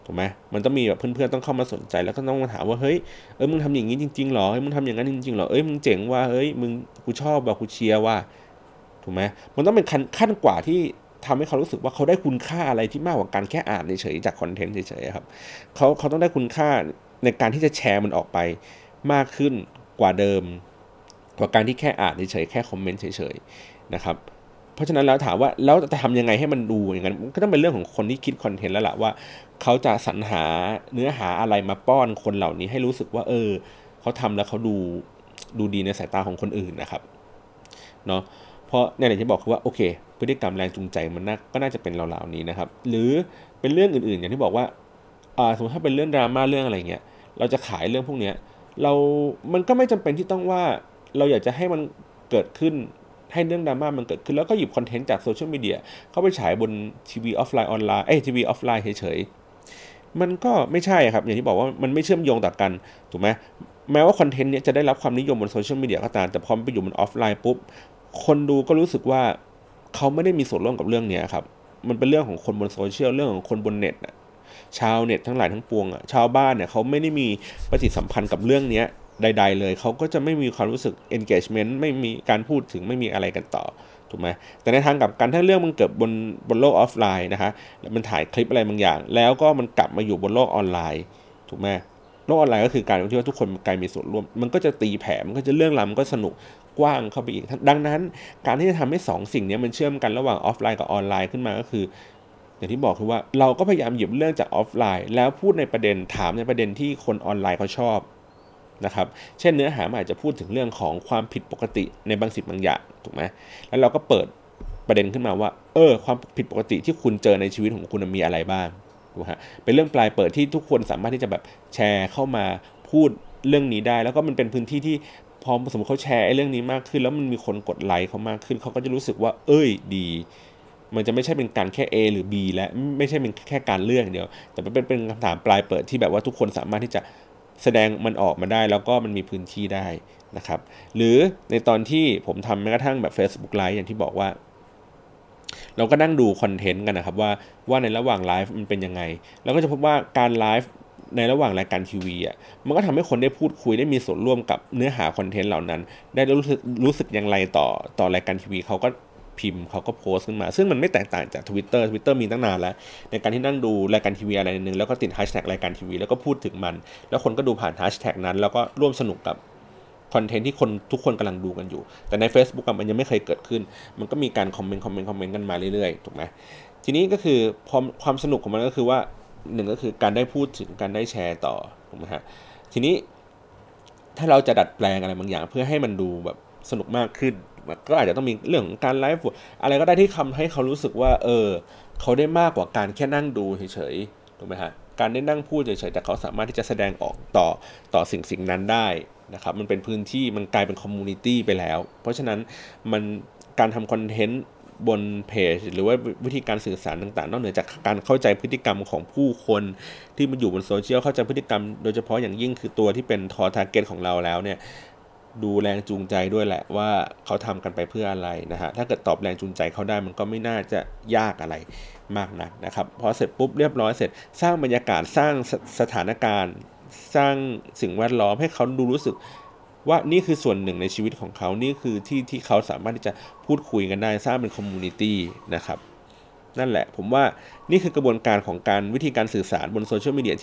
S1: ถูกไหมมันต้องมีแบบเพื่อนๆต้องเข้ามาสนใจแล้วก็ต้องมาถามว่าเฮ้ยมึงทำอย่างนี้จริงๆหรอมึงทำอย่างนั้นจริงๆหรอมึงเจ๋งว่ะมึงกูชอบว่ะกูเชียร์ว่ะถูกไหมมันต้องเป็นขั้นกว่าที่ทำให้เขารู้สึกว่าเขาได้คุณค่าอะไรที่มากกว่าการแค่อ่านเฉยๆจากคอนเทนต์เฉยๆครับเขาต้องได้คุณค่าในการที่จะแชร์มันออกไปมากขึ้นกว่าเดิมกว่าการที่แค่อ่านเฉยๆแค่คอมเมนต์เฉยๆนะครับเพราะฉะนั้นแล้วถามว่าแล้วจะทำยังไงให้มันดูอย่างนั้นก็ต้องเป็นเรื่องของคนที่คิดคอนเทนต์แล้วล่ะว่าเขาจะสรรหาเนื้อหาอะไรมาป้อนคนเหล่านี้ให้รู้สึกว่าเขาทำแล้วเขาดูดีในสายตาของคนอื่นนะครับเนาะเพราะในที่บอกคือว่าโอเคพฤติกรรมแรงจูงใจมันก็น่าจะเป็นเหล่านี้นะครับหรือเป็นเรื่องอื่นๆอย่างที่บอกว่าสมมติถ้าเป็นเรื่องดราม่าเรื่องอะไรเงี้ยเราจะขายเรื่องพวกเนี้ยมันก็ไม่จำเป็นที่ต้องว่าเราอยากจะให้มันเกิดขึ้นให้เรื่องดราม่ามันเกิดขึ้นแล้วก็หยิบคอนเทนต์จากโซเชียลมีเดียเข้าไปฉายบนทีวีออฟไลน์ออนไลน์ทีวีออฟไลน์เฉยๆมันก็ไม่ใช่ครับอย่างที่บอกว่ามันไม่เชื่อมโยงต่อกันถูกไหมแม้ว่าคอนเทนต์เนี้ยจะได้รับความนิยมบนโซเชียลมีเดียก็ตามแต่พอไปอยู่บนออฟไลน์ปุ๊บคนดูก็รู้สึกว่าเขาไม่ได้มีส่วนร่วมกับเรื่องนี้ครับมันเป็นเรื่องของคนบนโซเชียลเรื่องของคนบนเน็ตชาวเน็ตทั้งหลายทั้งปวงชาวบ้านเนี่ยเขาไม่ได้มีปฏิสัมพันธ์กับเรื่องนี้ใดๆเลยเขาก็จะไม่มีความรู้สึก engagement ไม่มีการพูดถึงไม่มีอะไรกันต่อถูกไหมแต่ในทางกลับกันถ้าเรื่องมันเกิดบนโลกออฟไลน์นะคะแล้วมันถ่ายคลิปอะไรบางอย่างแล้วก็มันกลับมาอยู่บนโลกออนไลน์ถูกไหมโลกออนไลน์ก็คือการที่ว่าทุกคนกลายมีส่วนร่วมมันก็จะตีแผ่มันก็จะเรื่องราวมันก็สนุกกว้างเข้าไปอีกดังนั้นการที่จะทำให้2 สิ่งนี้มันเชื่อมกันระหว่างออฟไลน์กับออนไลน์ขึ้นมาก็คืออย่างที่บอกคือว่าเราก็พยายามหยิบเรื่องจากออฟไลน์แล้วพูดในประเด็นถามในประเด็นที่คนออนไลน์เขาชอบนะครับเช่นเนื้อหาอาจจะพูดถึงเรื่องของความผิดปกติในบางสิ่งบางอย่างถูกไหมแล้วเราก็เปิดประเด็นขึ้นมาว่าความผิดปกติที่คุณเจอในชีวิตของคุณมีอะไรบ้างถูกฮะเป็นเรื่องปลายเปิดที่ทุกคนสามารถที่จะแบบแชร์เข้ามาพูดเรื่องนี้ได้แล้วก็มันเป็นพื้นที่ที่พอสมมติเขาแชร์เรื่องนี้มากขึ้นแล้วมันมีคนกดไลค์เขามากขึ้นเขาก็จะรู้สึกว่าดีมันจะไม่ใช่เป็นการแค่ A หรือ B และไม่ใช่เป็นแค่การเลือกเดียวแต่เป็นคำถามปลายเปิดที่แบบว่าทุกคนสามารถที่จะแสดงมันออกมาได้แล้วก็มันมีพื้นที่ได้นะครับหรือในตอนที่ผมทำแม้กระทั่งแบบ Facebook Live อย่างที่บอกว่าเราก็นั่งดูคอนเทนต์กันนะครับว่าในระหว่างไลฟ์มันเป็นยังไงแล้วก็จะพบว่าการไลฟ์ในระหว่างรายการทีวีมันก็ทำให้คนได้พูดคุยได้มีส่วนร่วมกับเนื้อหาคอนเทนต์เหล่านั้นได้รู้สึกอย่างไรต่อรายการทีวีเขาก็พิมพ์เขาก็โพสต์ขึ้นมาซึ่งมันไม่แตกต่างจาก Twitter มีตั้งนานแล้วในการที่นั่งดูรายการทีวีอะไรนึงแล้วก็ติดแฮชแท็กรายการทีวีแล้วก็พูดถึงมันแล้วคนก็ดูผ่านแฮชแท็กนั้นแล้วก็ร่วมสนุกกับคอนเทนต์ที่ทุกคนกำลังดูกันอยู่แต่ใน Facebook มันยังไม่เคยเกิดขึ้นมันก็มีการคอมเมนต์กันมาเรื่อยๆถูกไหมทีนี้ก็คือพอความสนุกของมันก็คือว่าหนึ่งก็คือการได้พูดถึงการได้แชร์ต่อถูกไหมฮะทีนี้ถ้าเราจะดัดแปลงอะไรบางอย่างเพื่อให้มันดูแบบสนุกมากขึ้นก็อาจจะต้องมีเรื่องของการไลฟ์อะไรก็ได้ที่ทำให้เขารู้สึกว่าเขาได้มากกว่าการแค่นั่งดูเฉยๆถูกไหมฮะการได้นั่งพูดเฉยๆแต่เขาสามารถที่จะแสดงออกต่อสิ่งนั้นได้นะครับมันเป็นพื้นที่มันกลายเป็นคอมมูนิตี้ไปแล้วเพราะฉะนั้นมันการทำคอนเทนต์บนเพจหรือว่าวิธีการสื่อสารต่างๆนอกเหนือจากการเข้าใจพฤติกรรมของผู้คนที่มันอยู่บนโซเชียลเข้าใจพฤติกรรมโดยเฉพาะอย่างยิ่งคือตัวที่เป็นทาร์เก็ตของเราแล้วเนี่ยดูแรงจูงใจด้วยแหละว่าเขาทำกันไปเพื่ออะไรนะฮะถ้าเกิดตอบแรงจูงใจเขาได้มันก็ไม่น่าจะยากอะไรมากนักนะครับพอเสร็จปุ๊บเรียบร้อยเสร็จสร้างบรรยากาศสร้างสถานการณ์สร้างสิ่งแวดล้อมให้เขาดูรู้สึกว่านี่คือส่วนหนึ่งในชีวิตของเขานี่คือที่เขาสามารถที่จะพูดคุยกันได้สร้างเป็นคอมมูนิตี้นะครับนั่นแหละผมว่านี่คือกระบวนการของวิธีการสื่อสารบนโซเชียลมีเดีย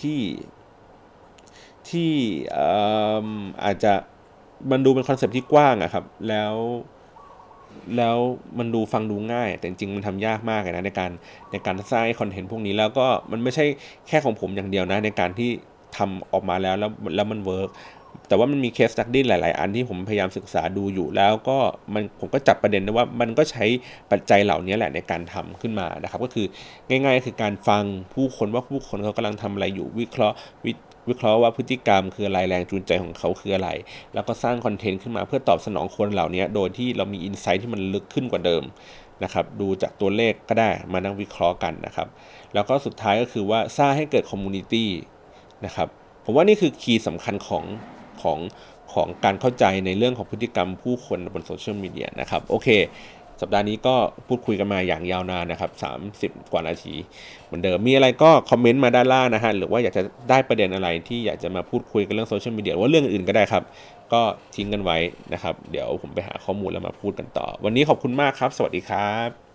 S1: ที่อาจจะมันดูเป็นคอนเซปต์ที่กว้างอะครับแล้วมันฟังดูง่ายแต่จริงๆมันทำยากมากเลยนะในการสร้างคอนเทนต์พวกนี้แล้วก็มันไม่ใช่แค่ของผมอย่างเดียวนะในการที่ทำออกมาแล้วมันเวิร์กแต่ว่ามันมีเคสสตั๊ดดี้หลายๆอันที่ผมพยายามศึกษาดูอยู่แล้วก็ผมก็จับประเด็นได้ว่ามันก็ใช้ปัจจัยเหล่านี้แหละในการทำขึ้นมานะครับก็คือง่ายๆคือการฟังผู้คนว่าผู้คนเขากำลังทำอะไรอยู่วิเคราะห์ว่าพฤติกรรมคืออะไรแรงจูงใจของเขาคืออะไรแล้วก็สร้างคอนเทนต์ขึ้นมาเพื่อตอบสนองคนเหล่านี้โดยที่เรามีอินไซต์ที่มันลึกขึ้นกว่าเดิมนะครับดูจากตัวเลขก็ได้มานั่งวิเคราะห์กันนะครับแล้วก็สุดท้ายก็คือว่าสร้างให้เกิดคอมมูนิตี้นะครับผมว่านี่คือคีย์สำคัญของการเข้าใจในเรื่องของพฤติกรรมผู้คนบนโซเชียลมีเดียนะครับโอเคสัปดาห์นี้ก็พูดคุยกันมาอย่างยาวนานนะครับ30 กว่านาทีเหมือนเดิมมีอะไรก็คอมเมนต์มาด้านล่างนะฮะหรือว่าอยากจะได้ประเด็นอะไรที่อยากจะมาพูดคุยกันเรื่องโซเชียลมีเดียหรือว่าเรื่องอื่นก็ได้ครับก็ทิ้งกันไว้นะครับเดี๋ยวผมไปหาข้อมูลแล้วมาพูดกันต่อวันนี้ขอบคุณมากครับสวัสดีครับ